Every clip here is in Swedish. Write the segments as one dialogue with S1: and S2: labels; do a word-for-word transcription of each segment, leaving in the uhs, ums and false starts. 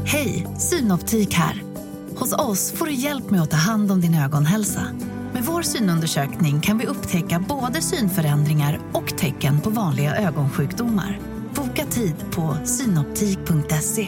S1: Hej, Synoptik här. Hos oss får du hjälp med att ta hand om din ögonhälsa. Med vår synundersökning kan vi upptäcka både synförändringar och tecken på vanliga ögonsjukdomar. Boka tid på synoptik punkt se.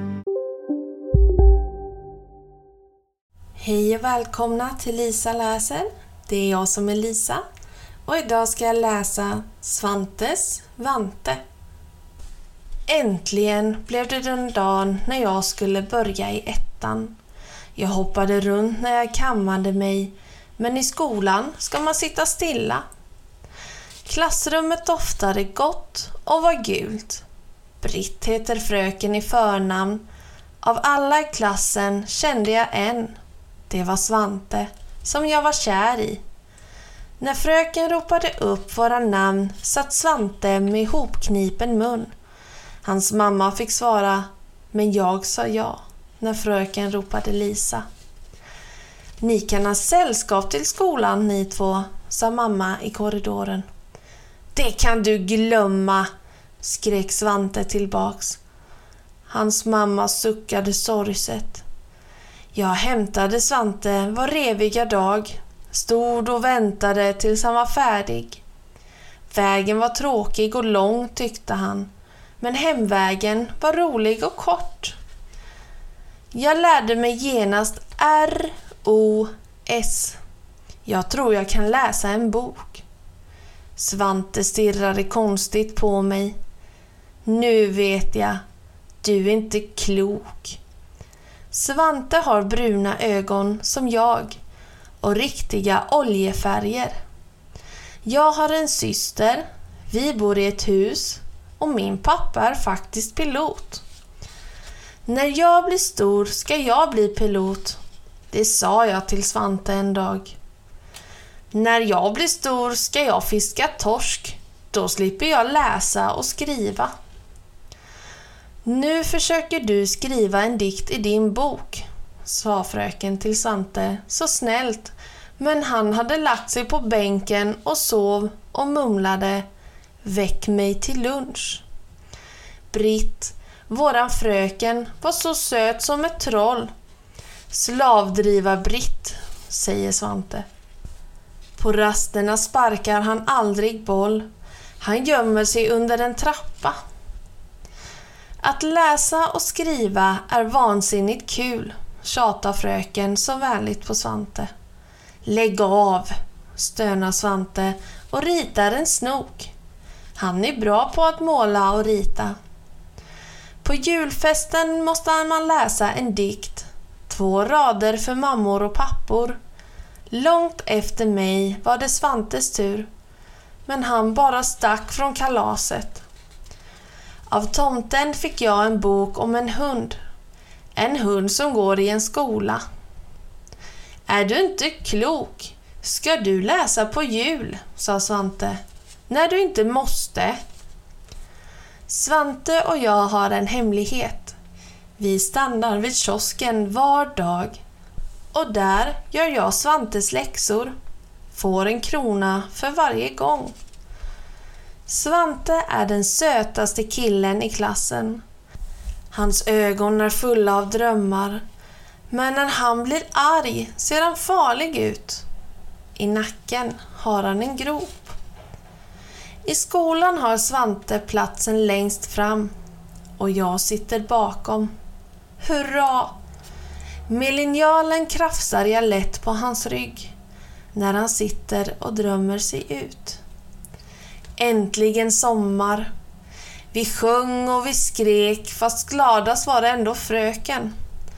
S2: Hej och välkomna till Lisa läser. Det är jag som är Lisa. Och idag ska jag läsa Svantes Vante. Äntligen blev det den dagen när jag skulle börja i ettan. Jag hoppade runt när jag kammade mig, men i skolan ska man sitta stilla. Klassrummet doftade gott och var gult. Britt heter fröken i förnamn. Av alla i klassen kände jag en. Det var Svante, som jag var kär i. När fröken ropade upp våra namn satt Svante med ihopknipen mun. Hans mamma fick svara, men jag sa ja när fröken ropade Lisa. Ni kan ha sällskap till skolan, ni två, sa mamma i korridoren. Det kan du glömma, skrek Svante tillbaks. Hans mamma suckade sorgset. Jag hämtade Svante var reviga dag, stod och väntade tills han var färdig. Vägen var tråkig och lång, tyckte han. Men hemvägen var rolig och kort. Jag lärde mig genast R O S. Jag tror jag kan läsa en bok. Svante stirrade konstigt på mig. Nu vet jag, du är inte klok. Svante har bruna ögon som jag och riktiga oljefärger. Jag har en syster, vi bor i ett hus. Och min pappa är faktiskt pilot. När jag blir stor ska jag bli pilot. Det sa jag till Svante en dag. När jag blir stor ska jag fiska torsk. Då slipper jag läsa och skriva. Nu försöker du skriva en dikt i din bok, sa fröken till Svante så snällt. Men han hade lagt sig på bänken och sov och mumlade. Väck mig till lunch. Britt, våran fröken, var så söt som ett troll. Slavdriva Britt, säger Svante. På rasterna sparkar han aldrig boll. Han gömmer sig under en trappa. Att läsa och skriva är vansinnigt kul, tjatar fröken så vänligt på Svante. Lägg av, stönar Svante och ritar en snok. Han är bra på att måla och rita. På julfesten måste man läsa en dikt. Två rader för mammor och pappor. Långt efter mig var det Svantes tur. Men han bara stack från kalaset. Av tomten fick jag en bok om en hund. En hund som går i en skola. Är du inte klok? Ska du läsa på jul, sa Svante. När du inte måste. Svante och jag har en hemlighet. Vi stannar vid kiosken var dag. Och där gör jag Svantes läxor. Får en krona för varje gång. Svante är den sötaste killen i klassen. Hans ögon är fulla av drömmar. Men när han blir arg ser han farlig ut. I nacken har han en grop. I skolan har Svante platsen längst fram och jag sitter bakom. Hurra! Med linjalen krafsar jag lätt på hans rygg när han sitter och drömmer sig ut. Äntligen sommar. Vi sjöng och vi skrek, fast gladast var det ändå fröken.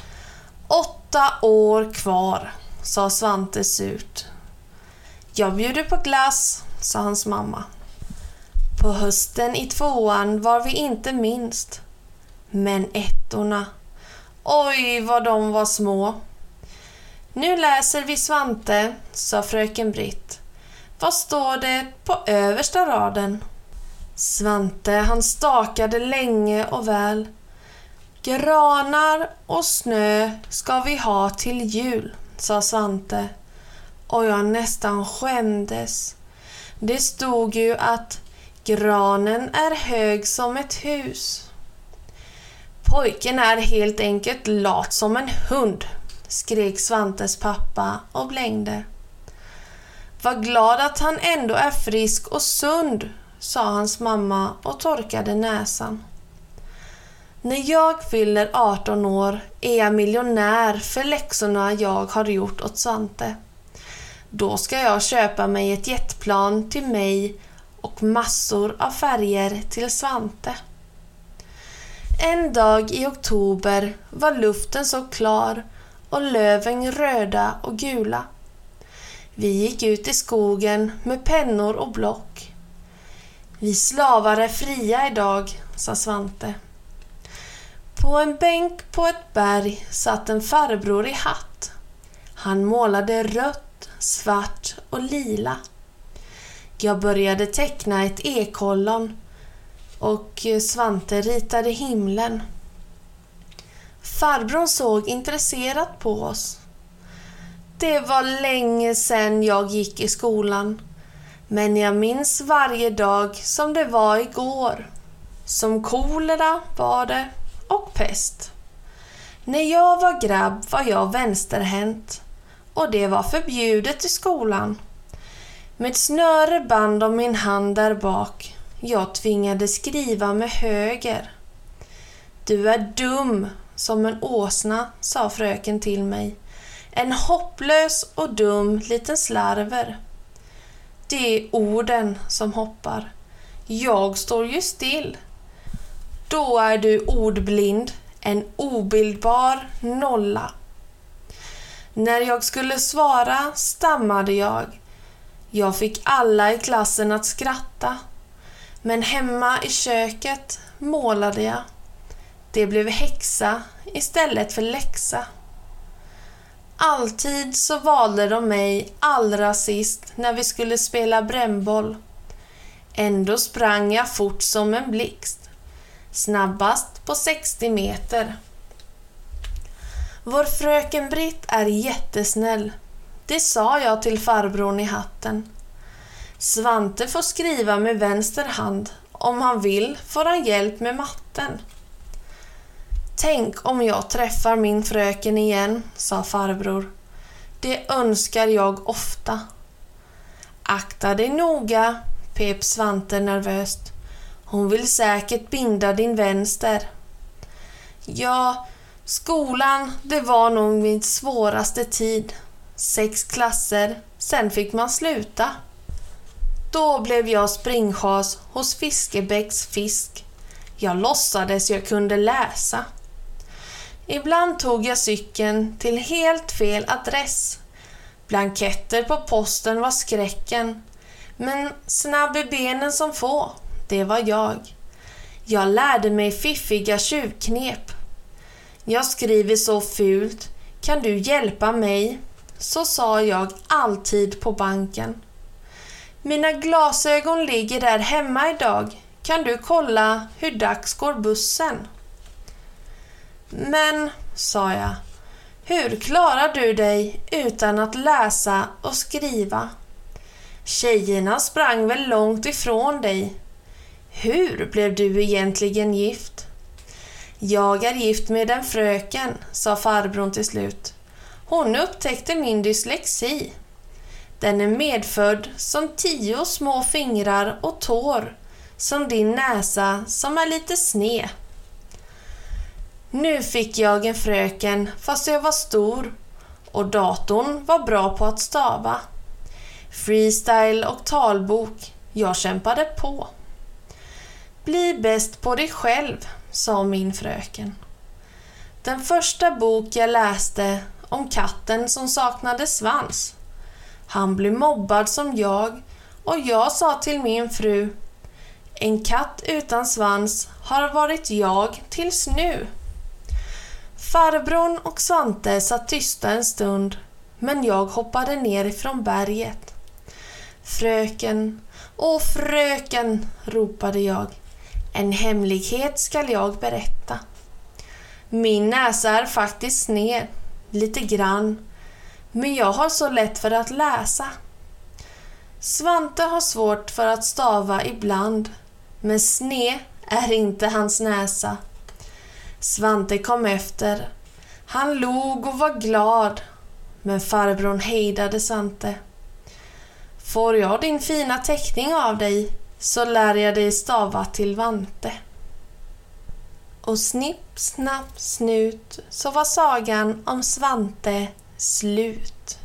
S2: Åtta år kvar, sa Svante surt. Jag bjuder på glass, sa hans mamma. På hösten i tvåan var vi inte minst. Men ettorna, oj vad de var små. Nu läser vi Svante, sa fröken Britt. Vad står det på översta raden? Svante, han stakade länge och väl. Granar och snö ska vi ha till jul, sa Svante. Och jag nästan skämdes. Det stod ju att granen är hög som ett hus. Pojken är helt enkelt lat som en hund, skrek Svantes pappa och blängde. Var glad att han ändå är frisk och sund, sa hans mamma och torkade näsan. När jag fyller arton år är jag miljonär för läxorna jag har gjort åt Svante. Då ska jag köpa mig ett jetplan till mig och massor av färger till Svante. En dag i oktober var luften så klar och löven röda och gula. Vi gick ut i skogen med pennor och block. Vi slavar är fria idag, sa Svante. På en bänk på ett berg satt en farbror i hatt. Han målade rött, svart och lila. Jag började teckna ett ekollon och Svante ritade himlen. Farbrorn såg intresserat på oss. Det var länge sedan jag gick i skolan, men jag minns varje dag som det var igår. Som kolera var det och pest. När jag var grabb var jag vänsterhänt och det var förbjudet i skolan. Med snöre band om min hand där bak, jag tvingade skriva med höger. Du är dum som en åsna, sa fröken till mig. En hopplös och dum liten slarver. Det är orden som hoppar. Jag står ju still. Då är du ordblind, en obildbar nolla. När jag skulle svara stammade jag. Jag fick alla i klassen att skratta. Men hemma i köket målade jag. Det blev häxa istället för läxa. Alltid så valde de mig allra sist när vi skulle spela brännboll. Ändå sprang jag fort som en blixt. Snabbast på sextio meter. Vår fröken Britt är jättesnäll. Det sa jag till farbrorn i hatten. Svante får skriva med vänster hand. Om han vill får han hjälp med matten. Tänk om jag träffar min fröken igen, sa farbror. Det önskar jag ofta. Akta dig noga, pep Svante nervöst. Hon vill säkert binda din vänster. Ja, skolan, det var nog min svåraste tid. Sex klasser, sen fick man sluta. Då blev jag springchas hos Fiskebäcks fisk. Jag låtsades jag kunde läsa. Ibland tog jag cykeln till helt fel adress. Blanketter på posten var skräcken. Men snabb i benen som få, det var jag. Jag lärde mig fiffiga tjuvknep. Jag skriver så fult, kan du hjälpa mig? Så sa jag alltid på banken. Mina glasögon ligger där hemma idag. Kan du kolla hur dags går bussen? Men, sa jag, hur klarar du dig utan att läsa och skriva? Tjejerna sprang väl långt ifrån dig. Hur blev du egentligen gift? Jag är gift med en fröken, sa farbrorn till slut. Hon upptäckte min dyslexi. Den är medfödd som tio små fingrar och tår, som din näsa som är lite sned. Nu fick jag en fröken fast jag var stor och datorn var bra på att stava. Freestyle och talbok, jag kämpade på. Bli bäst på dig själv, sa min fröken. Den första bok jag läste om katten som saknade svans. Han blev mobbad som jag och jag sa till min fru: en katt utan svans har varit jag tills nu. Farbrorn och Svante satt tysta en stund, men jag hoppade ner ifrån berget. Fröken, åh fröken, ropade jag. En hemlighet skall jag berätta. Min näsa är faktiskt sned, lite grann, men jag har så lätt för att läsa. Svante har svårt för att stava ibland, men sned är inte hans näsa. Svante kom efter. Han log och var glad, men farbrorn hejdade Svante. Får jag din fina teckning av dig, så lär jag dig stava till Vante. Och snipp, snapp, snut, så var sagan om Svante slut.